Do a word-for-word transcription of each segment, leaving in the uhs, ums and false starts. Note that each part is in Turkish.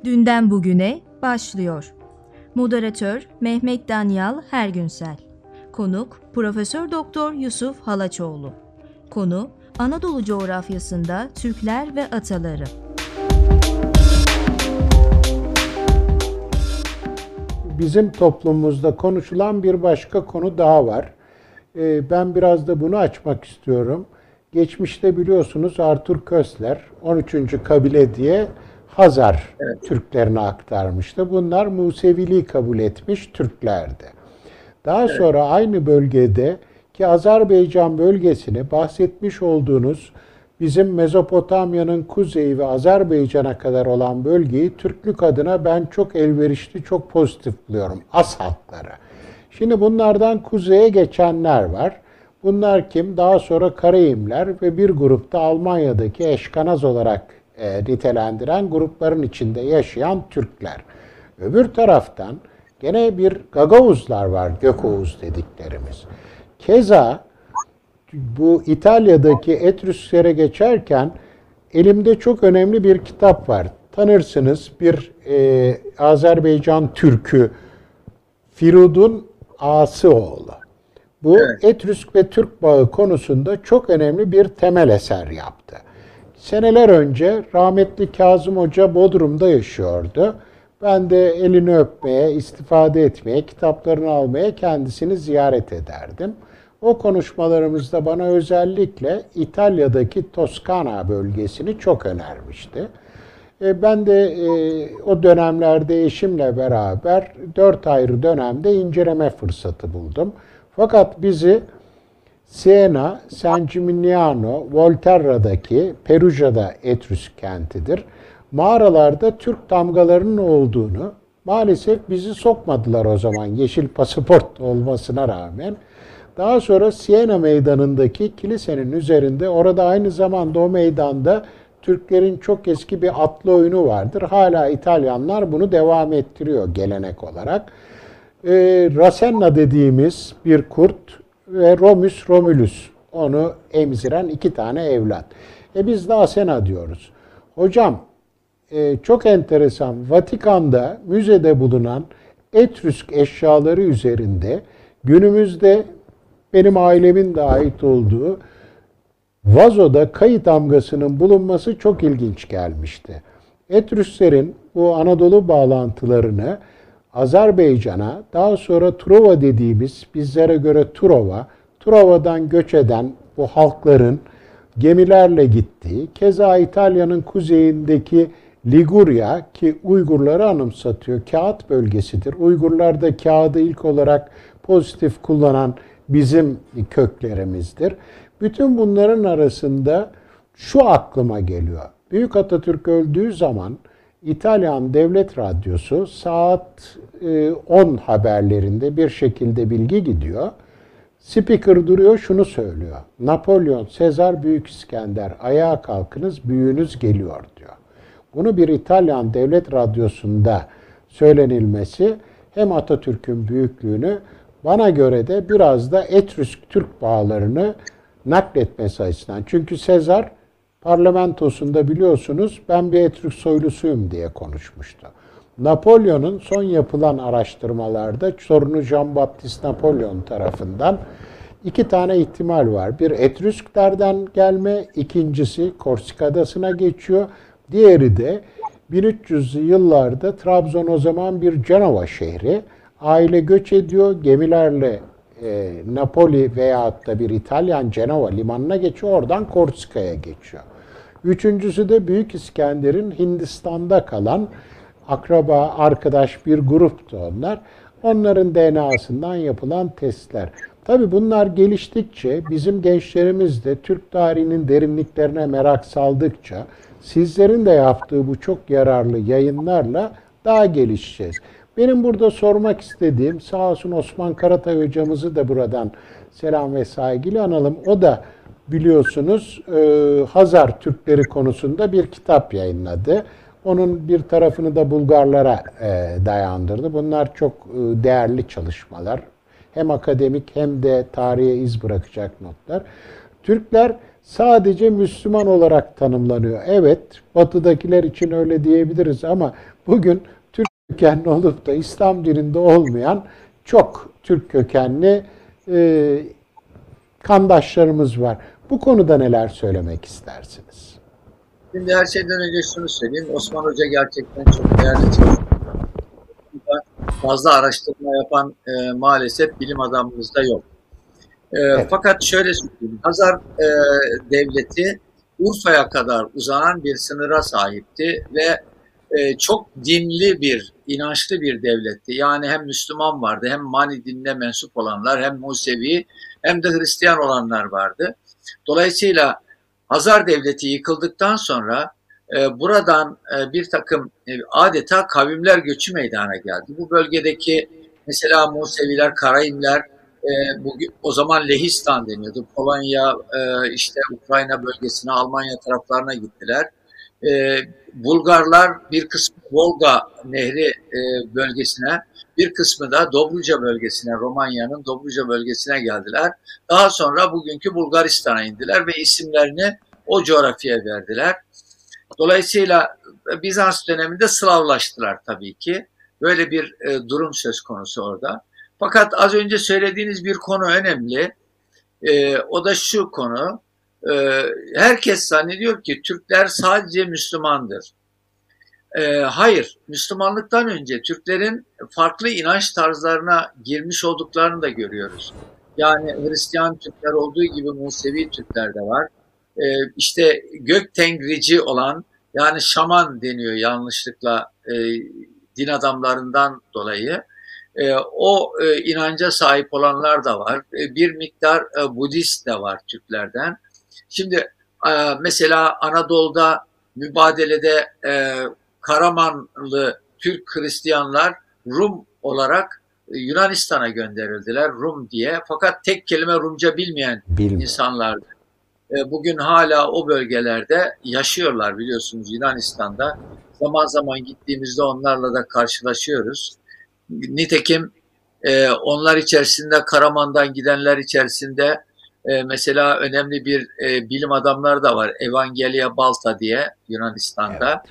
Dünden bugüne başlıyor. Moderatör Mehmet Danyal Hergünsel. Konuk Profesör Doktor Yusuf Halaçoğlu. Konu Anadolu coğrafyasında Türkler ve ataları. Bizim toplumumuzda konuşulan bir başka konu daha var. Ben biraz da bunu açmak istiyorum. Geçmişte biliyorsunuz Arthur Koestler on üçüncü kabile diye Hazar evet. Türklerine aktarmıştı. Bunlar Museviliği kabul etmiş Türklerdi. Daha evet. sonra aynı bölgede ki Azerbaycan bölgesini bahsetmiş olduğunuz bizim Mezopotamya'nın kuzeyi ve Azerbaycan'a kadar olan bölgeyi Türklük adına ben çok elverişli, çok pozitif buluyorum. As halkları. Şimdi bunlardan kuzeye geçenler var. Bunlar kim? Daha sonra Karayimler ve bir grupta Almanya'daki Eşkanaz olarak e, nitelendiren grupların içinde yaşayan Türkler. Öbür taraftan gene bir Gagavuzlar var, Gökoğuz dediklerimiz. Keza bu İtalya'daki Etrüsklere geçerken elimde çok önemli bir kitap var. Tanırsınız bir e, Azerbaycan Türkü Firudun Asıoğlu. Bu evet. Etrüsk ve Türk bağı konusunda çok önemli bir temel eser yaptı. Seneler önce rahmetli Kazım Hoca Bodrum'da yaşıyordu. Ben de elini öpmeye, istifade etmeye, kitaplarını almaya kendisini ziyaret ederdim. O konuşmalarımızda bana özellikle İtalya'daki Toskana bölgesini çok önermişti. Ben de o dönemlerde eşimle beraber dört ayrı dönemde inceleme fırsatı buldum. Fakat bizi Siena, San Gimignano, Volterra'daki Perugia'da Etrüsk kentidir. Mağaralarda Türk damgalarının olduğunu maalesef bizi sokmadılar o zaman yeşil pasaport olmasına rağmen. Daha sonra Siena meydanındaki kilisenin üzerinde orada aynı zamanda o meydanda Türklerin çok eski bir atlı oyunu vardır. Hala İtalyanlar bunu devam ettiriyor gelenek olarak. E, Rasenna dediğimiz bir kurt ve Romulus Romulus onu emziren iki tane evlat. E biz de Asena diyoruz. Hocam e, çok enteresan Vatikan'da müzede bulunan Etrüsk eşyaları üzerinde günümüzde benim ailemin de ait olduğu vazoda kayıt damgasının bulunması çok ilginç gelmişti. Etrüsklerin bu Anadolu bağlantılarını Azerbaycan'a, daha sonra Truva dediğimiz bizlere göre Truva, Truva'dan göç eden bu halkların gemilerle gittiği, keza İtalya'nın kuzeyindeki Ligurya ki Uygurları anımsatıyor, kağıt bölgesidir. Uygurlar da kağıdı ilk olarak pozitif kullanan bizim köklerimizdir. Bütün bunların arasında şu aklıma geliyor. Büyük Atatürk öldüğü zaman İtalyan Devlet Radyosu saat on haberlerinde bir şekilde bilgi gidiyor. Spiker duruyor, şunu söylüyor. Napolyon, Sezar, Büyük İskender, ayağa kalkınız, büyüğünüz geliyor diyor. Bunu bir İtalyan Devlet Radyosu'nda söylenilmesi hem Atatürk'ün büyüklüğünü, bana göre de biraz da Etrüsk-Türk bağlarını nakletmesi açısından. Çünkü Sezar parlamentosunda biliyorsunuz ben bir Etrüsk soylusuyum diye konuşmuştu. Napolyon'un son yapılan araştırmalarda sorunu Jean-Baptiste Napolyon tarafından iki tane ihtimal var. Bir Etrüsklerden gelme, ikincisi Korsika Adası'na geçiyor. Diğeri de bin üç yüzlü yıllarda Trabzon o zaman bir Cenova şehri. Aile göç ediyor, gemilerle e, Napoli veyahut da bir İtalyan Cenova limanına geçiyor, oradan Korsika'ya geçiyor. Üçüncüsü de Büyük İskender'in Hindistan'da kalan akraba, arkadaş bir gruptu onlar. Onların D N A'sından yapılan testler. Tabii bunlar geliştikçe bizim gençlerimiz de Türk tarihinin derinliklerine merak saldıkça sizlerin de yaptığı bu çok yararlı yayınlarla daha gelişeceğiz. Benim burada sormak istediğim, sağ olsun Osman Karatay hocamızı da buradan selam ve saygıyla analım. O da biliyorsunuz Hazar Türkleri konusunda bir kitap yayınladı. Onun bir tarafını da Bulgarlara dayandırdı. Bunlar çok değerli çalışmalar. Hem akademik hem de tarihe iz bırakacak notlar. Türkler sadece Müslüman olarak tanımlanıyor. Evet, batıdakiler için öyle diyebiliriz ama bugün Türk kökenli olup da İslam dininde olmayan çok Türk kökenli e, kandaşlarımız var. Bu konuda neler söylemek istersiniz? Şimdi her şeyden önce şunu söyleyeyim. Osman Hoca gerçekten çok değerli çalışıyor. Fazla araştırma yapan e, maalesef bilim adamımızda yok. E, Evet. Fakat şöyle söyleyeyim. Hazar e, Devleti Urfa'ya kadar uzanan bir sınıra sahipti ve e, çok dinli bir, inançlı bir devletti. Yani hem Müslüman vardı, hem Mani dinine mensup olanlar, hem Musevi, hem de Hristiyan olanlar vardı. Dolayısıyla Hazar Devleti yıkıldıktan sonra e, buradan e, bir takım e, adeta kavimler göçü meydana geldi. Bu bölgedeki mesela Museviler, Karayimler, e, bugün, o zaman Lehistan deniyordu. Polonya, e, işte Ukrayna bölgesine, Almanya taraflarına gittiler. E, Bulgarlar bir kısmı Volga Nehri e, bölgesine, bir kısmı da Dobruca bölgesine, Romanya'nın Dobruca bölgesine geldiler. Daha sonra bugünkü Bulgaristan'a indiler ve isimlerini o coğrafyaya verdiler. Dolayısıyla Bizans döneminde Slavlaştılar tabii ki. Böyle bir e, durum söz konusu orada. Fakat az önce söylediğiniz bir konu önemli. E, o da şu konu. E, herkes zannediyor ki Türkler sadece Müslümandır. E, hayır, Müslümanlıktan önce Türklerin farklı inanç tarzlarına girmiş olduklarını da görüyoruz. Yani Hristiyan Türkler olduğu gibi Musevi Türkler de var. E, işte gök tengrici olan, yani şaman deniyor yanlışlıkla e, din adamlarından dolayı. E, o e, inanca sahip olanlar da var. E, bir miktar e, Budist de var Türklerden. Şimdi e, mesela Anadolu'da mübadelede e, Karamanlı Türk Hristiyanlar Rum olarak e, Yunanistan'a gönderildiler, Rum diye. Fakat tek kelime Rumca bilmeyen Bilmiyorum. insanlardı. E, bugün hala o bölgelerde yaşıyorlar, biliyorsunuz, Yunanistan'da. Zaman zaman gittiğimizde onlarla da karşılaşıyoruz. Nitekim e, onlar içerisinde, Karaman'dan gidenler içerisinde e, mesela önemli bir e, bilim adamları da var. Evangelia Balta diye Yunanistan'da. Evet.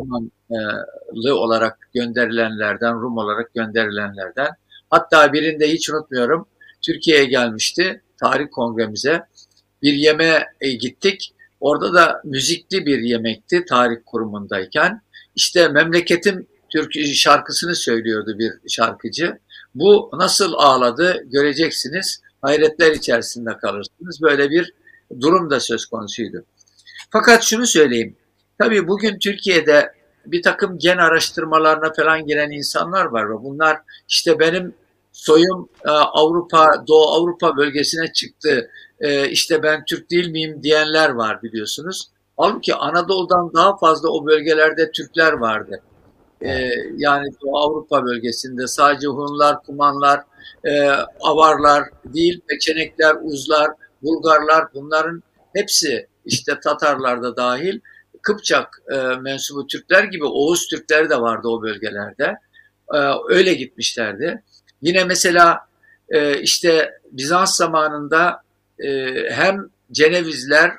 Karamanlı olarak gönderilenlerden, Rum olarak gönderilenlerden. Hatta birinde hiç unutmuyorum, Türkiye'ye gelmişti tarih kongremize. Bir yemeğe e, gittik. Orada da müzikli bir yemekti tarih kurumundayken. İşte memleketim Türk şarkısını söylüyordu bir şarkıcı. Bu nasıl ağladı göreceksiniz. Hayretler içerisinde kalırsınız. Böyle bir durum da söz konusuydu. Fakat şunu söyleyeyim. Tabii bugün Türkiye'de bir takım gen araştırmalarına falan giren insanlar var. Ve bunlar işte benim soyum Avrupa, Doğu Avrupa bölgesine çıktı. İşte ben Türk değil miyim diyenler var, biliyorsunuz. Halbuki Anadolu'dan daha fazla o bölgelerde Türkler vardı. Ee, yani Doğu Avrupa bölgesinde sadece Hunlar, Kumanlar, e, Avarlar değil, Peçenekler, Uzlar, Bulgarlar, bunların hepsi, işte Tatarlar da dahil, Kıpçak e, mensubu Türkler gibi Oğuz Türkleri de vardı o bölgelerde. E, öyle gitmişlerdi. Yine mesela e, işte Bizans zamanında e, hem Cenevizler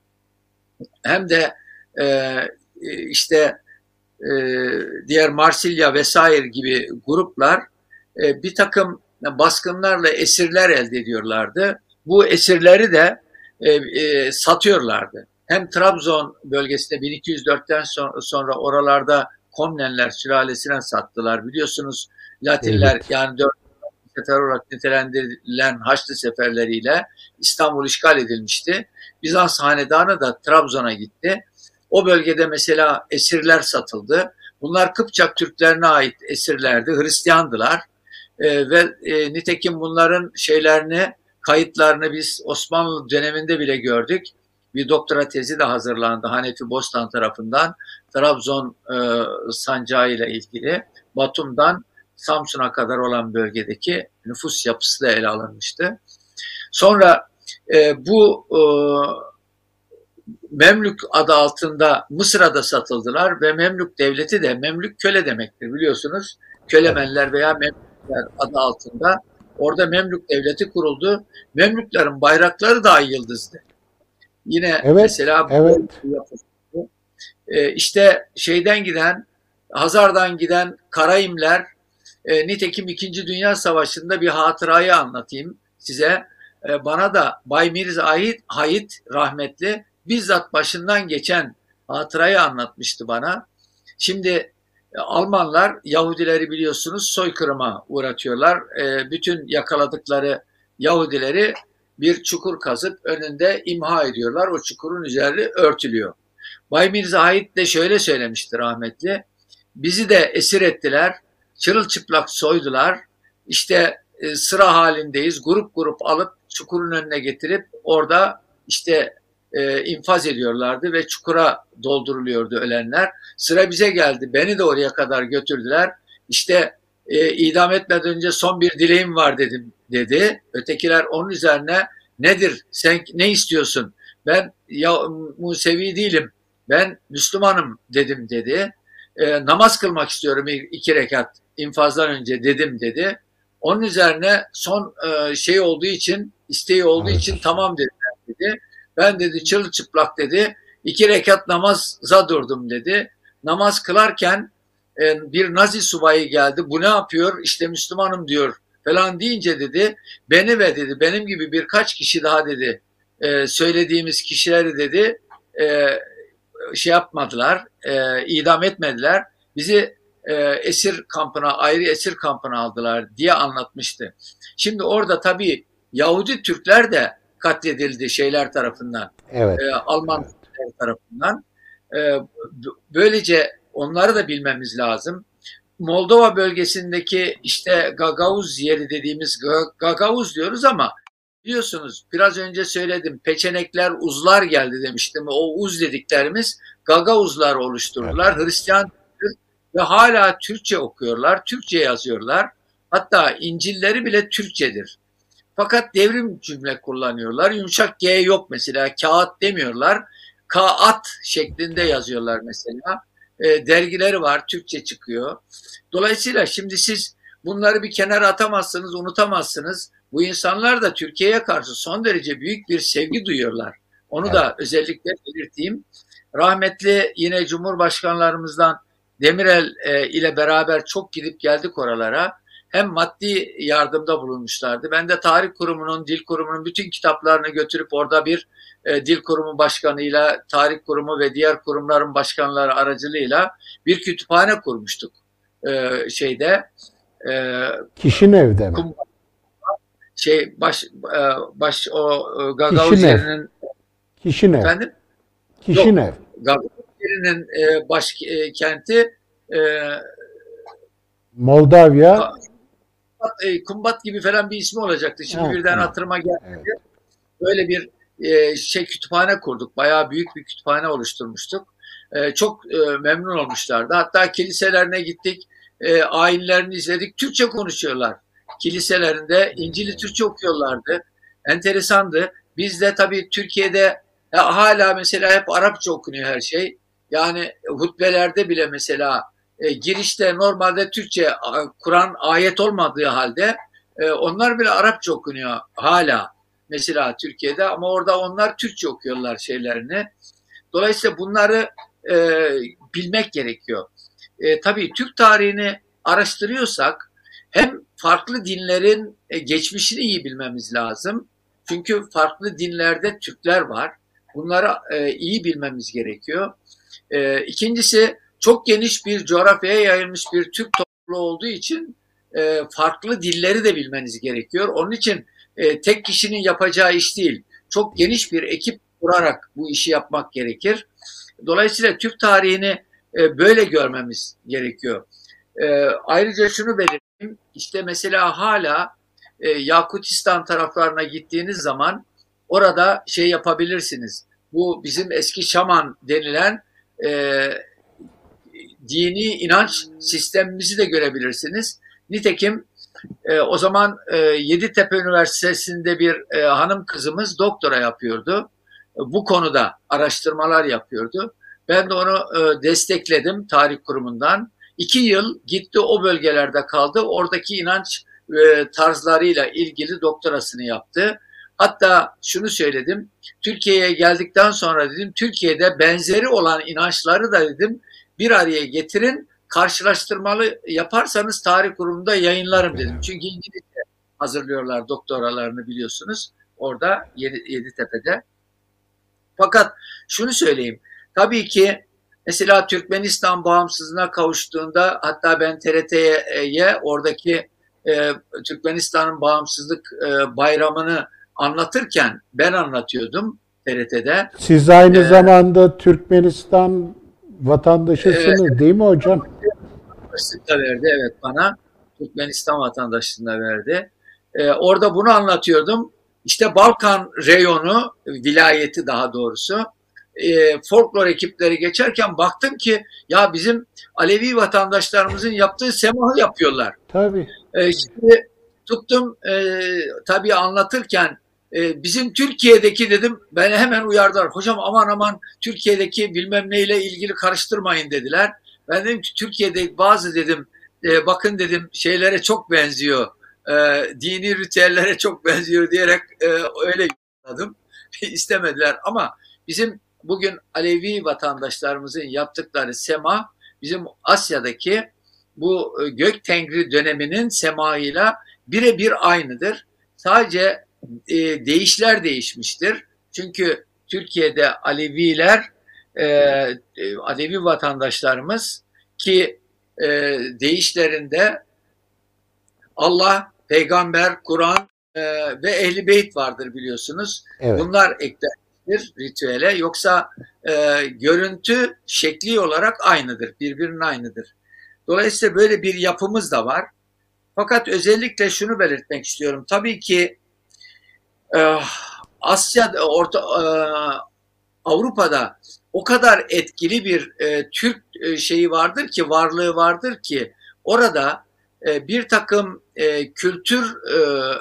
hem de e, işte e, diğer Marsilya vesaire gibi gruplar e, bir takım baskınlarla esirler elde ediyorlardı. Bu esirleri de e, e, satıyorlardı. Hem Trabzon bölgesinde bin iki yüz dörtten son, sonra oralarda Komnenler sülalesine sattılar. Biliyorsunuz Latinler, evet. Yani dört sefer olarak nitelendirilen Haçlı seferleriyle İstanbul işgal edilmişti. Bizans hanedanı da Trabzon'a gitti. O bölgede mesela esirler satıldı. Bunlar Kıpçak Türklerine ait esirlerdi, Hristiyandılar. E, ve e, nitekim bunların şeylerini, kayıtlarını biz Osmanlı döneminde bile gördük. Bir doktora tezi de hazırlandı Hanefi Bostan tarafından. Trabzon e, sancağı ile ilgili Batum'dan Samsun'a kadar olan bölgedeki nüfus yapısı da ele alınmıştı. Sonra e, bu e, Memlük adı altında Mısır'a da satıldılar ve Memlük devleti de, Memlük köle demektir biliyorsunuz. Kölemenler veya Memlükler adı altında orada Memlük devleti kuruldu. Memlüklerin bayrakları da ay yıldızdı. Yine Evet, mesela evet. e, işte şeyden giden, Hazar'dan giden Karayimler, e, nitekim İkinci Dünya Savaşı'nda bir hatırayı anlatayım size. E, bana da Bay Mirza Ait, Hayit rahmetli bizzat başından geçen hatırayı anlatmıştı bana. Şimdi e, Almanlar Yahudileri biliyorsunuz soykırıma uğratıyorlar. E, bütün yakaladıkları Yahudileri bir çukur kazıp önünde imha ediyorlar. O çukurun üzeri örtülüyor. Bay Mirza Ait de şöyle söylemişti rahmetli. Bizi de esir ettiler, çırılçıplak soydular. İşte e, sıra halindeyiz, grup grup alıp çukurun önüne getirip orada işte e, infaz ediyorlardı ve çukura dolduruluyordu ölenler. Sıra bize geldi, beni de oraya kadar götürdüler. İşte e, idam etmeden önce son bir dileğim var dedim dedi. Ötekiler onun üzerine nedir, sen ne istiyorsun? Ben ya Musevi değilim, ben Müslümanım dedim dedi. E, namaz kılmak istiyorum iki rekat infazdan önce dedim dedi. Onun üzerine son e, şey olduğu için, isteği olduğu Evet. için tamam dediler dedi. Ben dedi çırılçıplak dedi, iki rekat namaza durdum dedi. Namaz kılarken e, bir Nazi subayı geldi. Bu ne yapıyor? İşte Müslümanım diyor falan deyince dedi, beni ve dedi benim gibi birkaç kişi daha dedi e, söylediğimiz kişileri dedi e, şey yapmadılar, e, idam etmediler. Bizi e, esir kampına, ayrı esir kampına aldılar diye anlatmıştı. Şimdi orada tabii Yahudi Türkler de katledildi şeyler tarafından, Evet. e, Alman Evet. tarafından. E, böylece onları da bilmemiz lazım. Moldova bölgesindeki işte Gagavuz yeri dediğimiz Gagavuz diyoruz ama biliyorsunuz biraz önce söyledim, peçenekler, uzlar geldi demiştim. O uz dediklerimiz Gagavuzlar oluşturdular. Evet. Hristiyan ve hala Türkçe okuyorlar, Türkçe yazıyorlar. Hatta İncil'leri bile Türkçedir. Fakat devrim cümle kullanıyorlar. Yumuşak G yok mesela. Kağıt demiyorlar. Kağıt şeklinde yazıyorlar mesela. E, dergileri var. Türkçe çıkıyor. Dolayısıyla şimdi siz bunları bir kenara atamazsınız, unutamazsınız. Bu insanlar da Türkiye'ye karşı son derece büyük bir sevgi duyuyorlar. Onu Evet. da özellikle belirteyim. Rahmetli yine Cumhurbaşkanlarımızdan Demirel e, ile beraber çok gidip geldik oralara. Hem maddi yardımda bulunmuşlardı. Ben de Tarih Kurumu'nun, Dil Kurumu'nun bütün kitaplarını götürüp orada bir e, Dil Kurumu Başkanı'yla, Tarih Kurumu ve diğer kurumların başkanları aracılığıyla bir kütüphane kurmuştuk. E, şeyde e, Kişinev'de mi? kum, şey baş e, baş o e, Gagavuz Kişinev. yerinin Kişinev. efendim Kişinev. Gagavuz yerinin e, başkenti e, Moldavya. Kumbat, e, Kumbat gibi falan bir ismi olacaktı. Şimdi Ha, birden tamam. hatırıma geldi. Evet. Böyle bir e, şey kütüphane kurduk. Bayağı büyük bir kütüphane oluşturmuştuk. E, çok e, memnun olmuşlardı. Hatta kiliselerine gittik. E, ayinlerini izledik. Türkçe konuşuyorlar. Kiliselerinde İncil'i Türkçe okuyorlardı. Enteresandı. Biz de tabii Türkiye'de e, hala mesela hep Arapça okunuyor her şey. Yani hutbelerde bile mesela e, girişte normalde Türkçe Kur'an ayet olmadığı halde e, onlar bile Arapça okunuyor hala. Mesela Türkiye'de ama orada onlar Türkçe okuyorlar şeylerini. Dolayısıyla bunları e, bilmek gerekiyor. E, tabii Türk tarihini araştırıyorsak hem farklı dinlerin e, geçmişini iyi bilmemiz lazım. Çünkü farklı dinlerde Türkler var. Bunları e, iyi bilmemiz gerekiyor. E, ikincisi çok geniş bir coğrafyaya yayılmış bir Türk topluluğu olduğu için e, farklı dilleri de bilmeniz gerekiyor. Onun için e, tek kişinin yapacağı iş değil. Çok geniş bir ekip kurarak bu işi yapmak gerekir. Dolayısıyla Türk tarihini e, böyle görmemiz gerekiyor. E, ayrıca şunu belirteyim. İşte mesela hala e, Yakutistan taraflarına gittiğiniz zaman orada şey yapabilirsiniz. Bu bizim eski şaman denilen e, dini inanç sistemimizi de görebilirsiniz. Nitekim e, o zaman e, Yeditepe Üniversitesi'nde bir e, hanım kızımız doktora yapıyordu. E, bu konuda araştırmalar yapıyordu. Ben de onu e, destekledim tarih kurumundan. İki yıl gitti o bölgelerde kaldı. Oradaki inanç e, tarzlarıyla ilgili doktorasını yaptı. Hatta şunu söyledim, Türkiye'ye geldikten sonra dedim, Türkiye'de benzeri olan inançları da dedim bir araya getirin, karşılaştırmalı yaparsanız tarih kurumunda yayınlarım dedim. Çünkü İngilizce hazırlıyorlar doktoralarını biliyorsunuz orada Yeditepe'de. Fakat şunu söyleyeyim, tabii ki mesela Türkmenistan bağımsızlığına kavuştuğunda, hatta ben T R T'ye oradaki e, Türkmenistan'ın bağımsızlık e, bayramını anlatırken ben anlatıyordum T R T'de. Siz aynı ee, zamanda Türkmenistan vatandaşısınız evet, değil mi hocam? vatandaşlık verdi, evet, bana Türkmenistan vatandaşlığına verdi. Ee, orada bunu anlatıyordum. İşte Balkan reyonu, vilayeti daha doğrusu, e, folklor ekipleri geçerken baktım ki ya bizim Alevi vatandaşlarımızın yaptığı semahı yapıyorlar. Tabii. E, şimdi tuttum e, tabii anlatırken e, bizim Türkiye'deki dedim, beni hemen uyardılar. Hocam aman aman Türkiye'deki bilmem neyle ilgili karıştırmayın dediler. Ben dedim ki Türkiye'de bazı dedim e, bakın dedim şeylere çok benziyor. E, dini ritüellere çok benziyor diyerek e, öyle yorumladım. İstemediler ama bizim bugün Alevi vatandaşlarımızın yaptıkları sema bizim Asya'daki bu Gök Tengri döneminin semahıyla birebir aynıdır. Sadece e, deyişler değişmiştir. Çünkü Türkiye'de Aleviler, e, Alevi vatandaşlarımız ki e, deyişlerinde Allah, Peygamber, Kur'an e, ve Ehl-i Beyt vardır biliyorsunuz. Evet. Bunlar eklenmiştir ritüele. Yoksa e, görüntü şekli olarak aynıdır, birbirinin aynıdır. Dolayısıyla böyle bir yapımız da var. Fakat özellikle şunu belirtmek istiyorum. Tabii ki e, Asya'da, Orta, e, Avrupa'da o kadar etkili bir e, Türk e, şeyi vardır ki, varlığı vardır ki orada e, bir takım e, kültür e,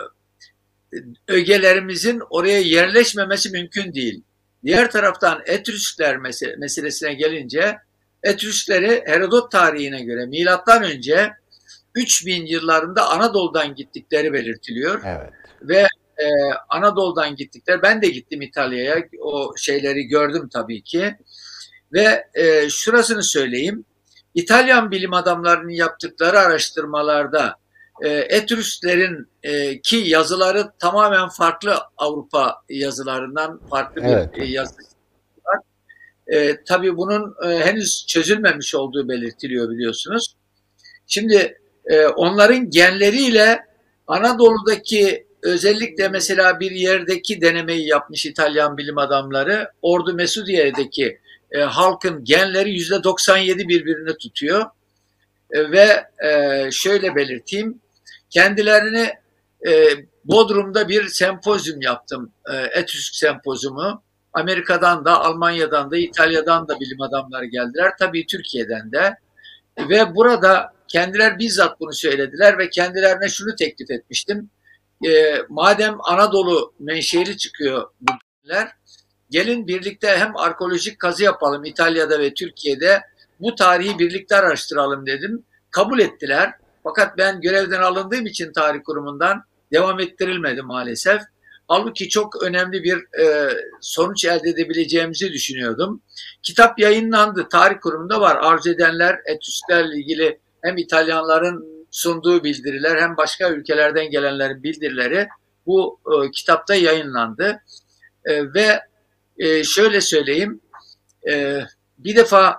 ögelerimizin oraya yerleşmemesi mümkün değil. Diğer taraftan Etrüskler meselesine gelince, Etrüskleri Herodot tarihine göre milattan önce üç bin yıllarında Anadolu'dan gittikleri belirtiliyor. Evet. Ve e, Anadolu'dan gittikler. Ben de gittim İtalya'ya. O şeyleri gördüm tabii ki. Ve e, şurasını söyleyeyim. İtalyan bilim adamlarının yaptıkları araştırmalarda e, Etrüsklerin e, ki yazıları tamamen farklı, Avrupa yazılarından farklı evet. bir e, yazı var. E, tabii bunun e, henüz çözülmemiş olduğu belirtiliyor biliyorsunuz. Şimdi e, onların genleriyle Anadolu'daki, özellikle mesela bir yerdeki denemeyi yapmış İtalyan bilim adamları, Ordu Mesudiye'deki e, halkın genleri yüzde doksan yedi birbirini tutuyor. E, ve e, şöyle belirteyim, kendilerini e, Bodrum'da bir sempozyum yaptım, e, Etrüsk sempozyumu. Amerika'dan da, Almanya'dan da, İtalya'dan da bilim adamları geldiler. Tabii Türkiye'den de. Ve burada kendiler bizzat bunu söylediler ve kendilerine şunu teklif etmiştim. E, madem Anadolu menşeli çıkıyor bu günler, gelin birlikte hem arkeolojik kazı yapalım İtalya'da ve Türkiye'de, bu tarihi birlikte araştıralım dedim. Kabul ettiler. Fakat ben görevden alındığım için tarih kurumundan devam ettirilmedi maalesef. Halbuki çok önemli bir e, sonuç elde edebileceğimizi düşünüyordum. Kitap yayınlandı. Tarih kurumunda var. Arzu edenler, Etrüsklerle ilgili hem İtalyanların sunduğu bildiriler hem başka ülkelerden gelenlerin bildirileri bu e, kitapta yayınlandı. E, ve e, şöyle söyleyeyim, e, bir defa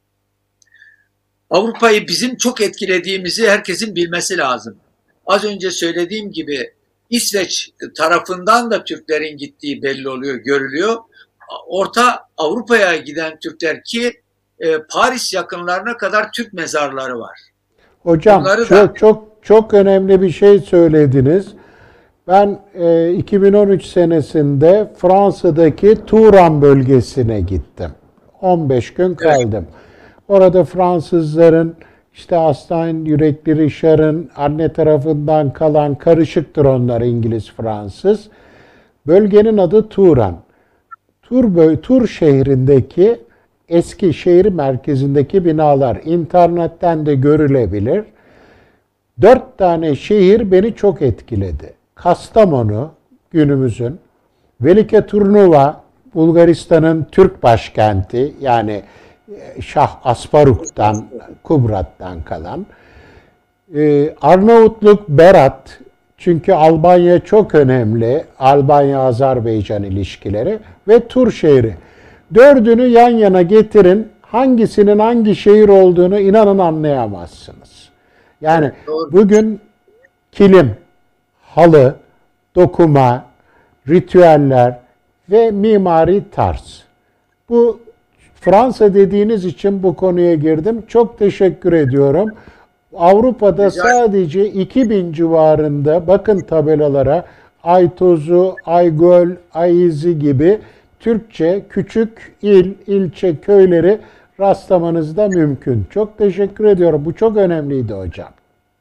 Avrupa'yı bizim çok etkilediğimizi herkesin bilmesi lazım. Az önce söylediğim gibi İsveç tarafından da Türklerin gittiği belli oluyor, görülüyor. Orta Avrupa'ya giden Türkler ki e, Paris yakınlarına kadar Türk mezarları var. Hocam Bunları çok da... çok çok önemli bir şey söylediniz. Ben e, iki bin on üç senesinde Fransa'daki Turan bölgesine gittim. on beş gün kaldım. Evet. Orada Fransızların işte Aslan yürekli Richard'ın anne tarafından kalan, karışıktır onlar İngiliz-Fransız. Bölgenin adı Turan. Tur, Tur şehrindeki eski şehir merkezindeki binalar internetten de görülebilir. Dört tane şehir beni çok etkiledi. Kastamonu, günümüzün. Velike Turnuva, Bulgaristan'ın Türk başkenti, yani Şah Asparuk'tan, Kubrat'tan kalan. Ee, Arnavutluk Berat, çünkü Albanya çok önemli, Albanya-Azerbaycan ilişkileri ve Tur şehri. Dördünü yan yana getirin, hangisinin hangi şehir olduğunu inanın anlayamazsınız. Yani Doğru. bugün kilim, halı, dokuma, ritüeller ve mimari tarz. Bu Fransa dediğiniz için bu konuya girdim. Çok teşekkür ediyorum. Avrupa'da Rica ederim. sadece iki bin civarında, bakın tabelalara, Aytozu, Aygöl, Ayizi gibi Türkçe küçük il, ilçe, köyleri rastlamanız da mümkün. Çok teşekkür ediyorum. Bu çok önemliydi hocam.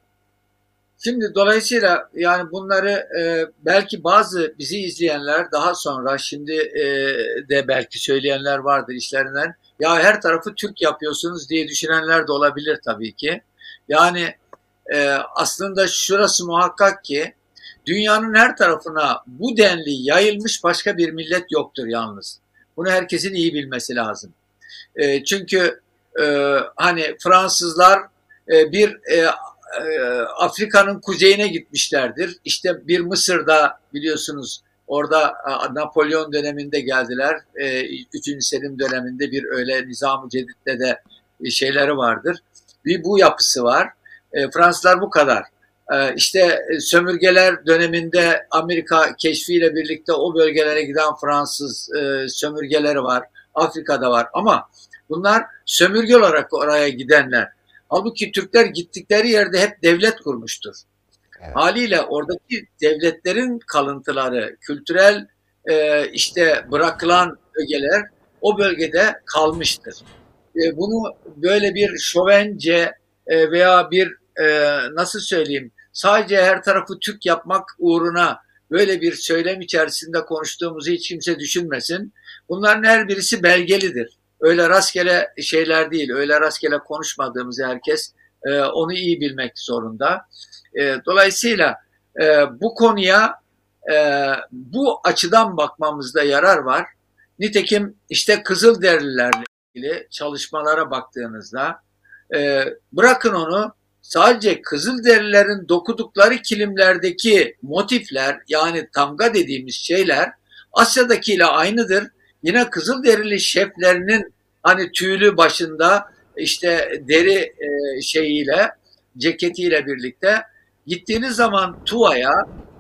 Şimdi dolayısıyla yani bunları e, belki bazı bizi izleyenler daha sonra şimdi e, de belki söyleyenler vardır işlerinden. Ya her tarafı Türk yapıyorsunuz diye düşünenler de olabilir tabii ki. Yani e, aslında şurası muhakkak ki dünyanın her tarafına bu denli yayılmış başka bir millet yoktur yalnız. Bunu herkesin iyi bilmesi lazım. E, çünkü e, hani Fransızlar e, bir e, e, Afrika'nın kuzeyine gitmişlerdir. İşte bir Mısır'da biliyorsunuz orada e, Napolyon döneminde geldiler. E, Üçüncü Selim döneminde bir öyle Nizam-ı Cedid'de de e, şeyleri vardır. Bir bu yapısı var. E, Fransızlar bu kadar. E, işte sömürgeler döneminde Amerika keşfiyle birlikte o bölgelere giden Fransız e, sömürgeleri var. Afrika'da var ama bunlar sömürge olarak oraya gidenler. Halbuki Türkler gittikleri yerde hep devlet kurmuştur. Evet. Haliyle oradaki devletlerin kalıntıları, kültürel e, işte bırakılan bölgeler o bölgede kalmıştır. E, bunu böyle bir şovence e, veya bir e, nasıl söyleyeyim sadece her tarafı Türk yapmak uğruna böyle bir söylem içerisinde konuştuğumuzu hiç kimse düşünmesin. Bunların her birisi belgelidir. Öyle rastgele şeyler değil, öyle rastgele konuşmadığımız herkes e, onu iyi bilmek zorunda. E, dolayısıyla e, bu konuya e, bu açıdan bakmamızda yarar var. Nitekim işte Kızılderililerle ilgili çalışmalara baktığınızda e, bırakın onu sadece Kızılderililerin dokudukları kilimlerdeki motifler yani tamga dediğimiz şeyler Asya'dakiyle aynıdır. Yine Kızılderili şeflerinin hani tüylü başında işte deri e, şeyiyle, ceketiyle birlikte gittiğiniz zaman Tuva'ya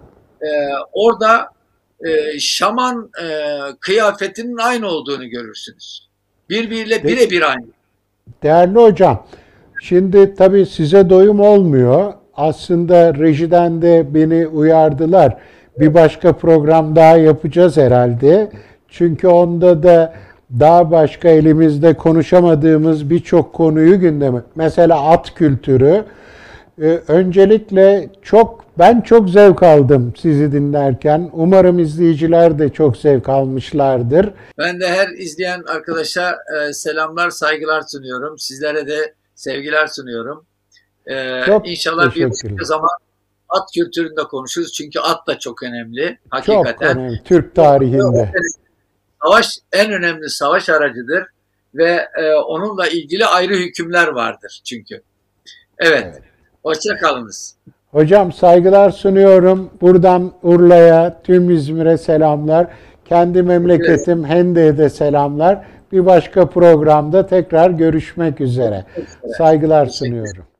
e, orada e, şaman e, kıyafetinin aynı olduğunu görürsünüz. Birbiriyle birebir aynı. Değerli hocam, şimdi tabii size doyum olmuyor. Aslında rejiden de beni uyardılar. Bir başka program daha yapacağız herhalde. Çünkü onda da daha başka elimizde konuşamadığımız birçok konuyu gündeme. Mesela at kültürü. Ee, öncelikle çok ben çok zevk aldım sizi dinlerken. Umarım izleyiciler de çok zevk almışlardır. Ben de her izleyen arkadaşa e, selamlar, saygılar sunuyorum. Sizlere de sevgiler sunuyorum. Ee, Çok İnşallah bir başka zaman at kültüründe konuşuruz. Çünkü at da çok önemli. Hakikaten. Çok önemli. Türk tarihinde. Savaş en önemli savaş aracıdır ve e, onunla ilgili ayrı hükümler vardır çünkü. Evet. evet. Hoşça kalınız. Hocam saygılar sunuyorum. Buradan Urla'ya, tüm İzmir'e selamlar. Kendi memleketim evet. Hende'ye de selamlar. Bir başka programda tekrar görüşmek üzere. Saygılar sunuyorum.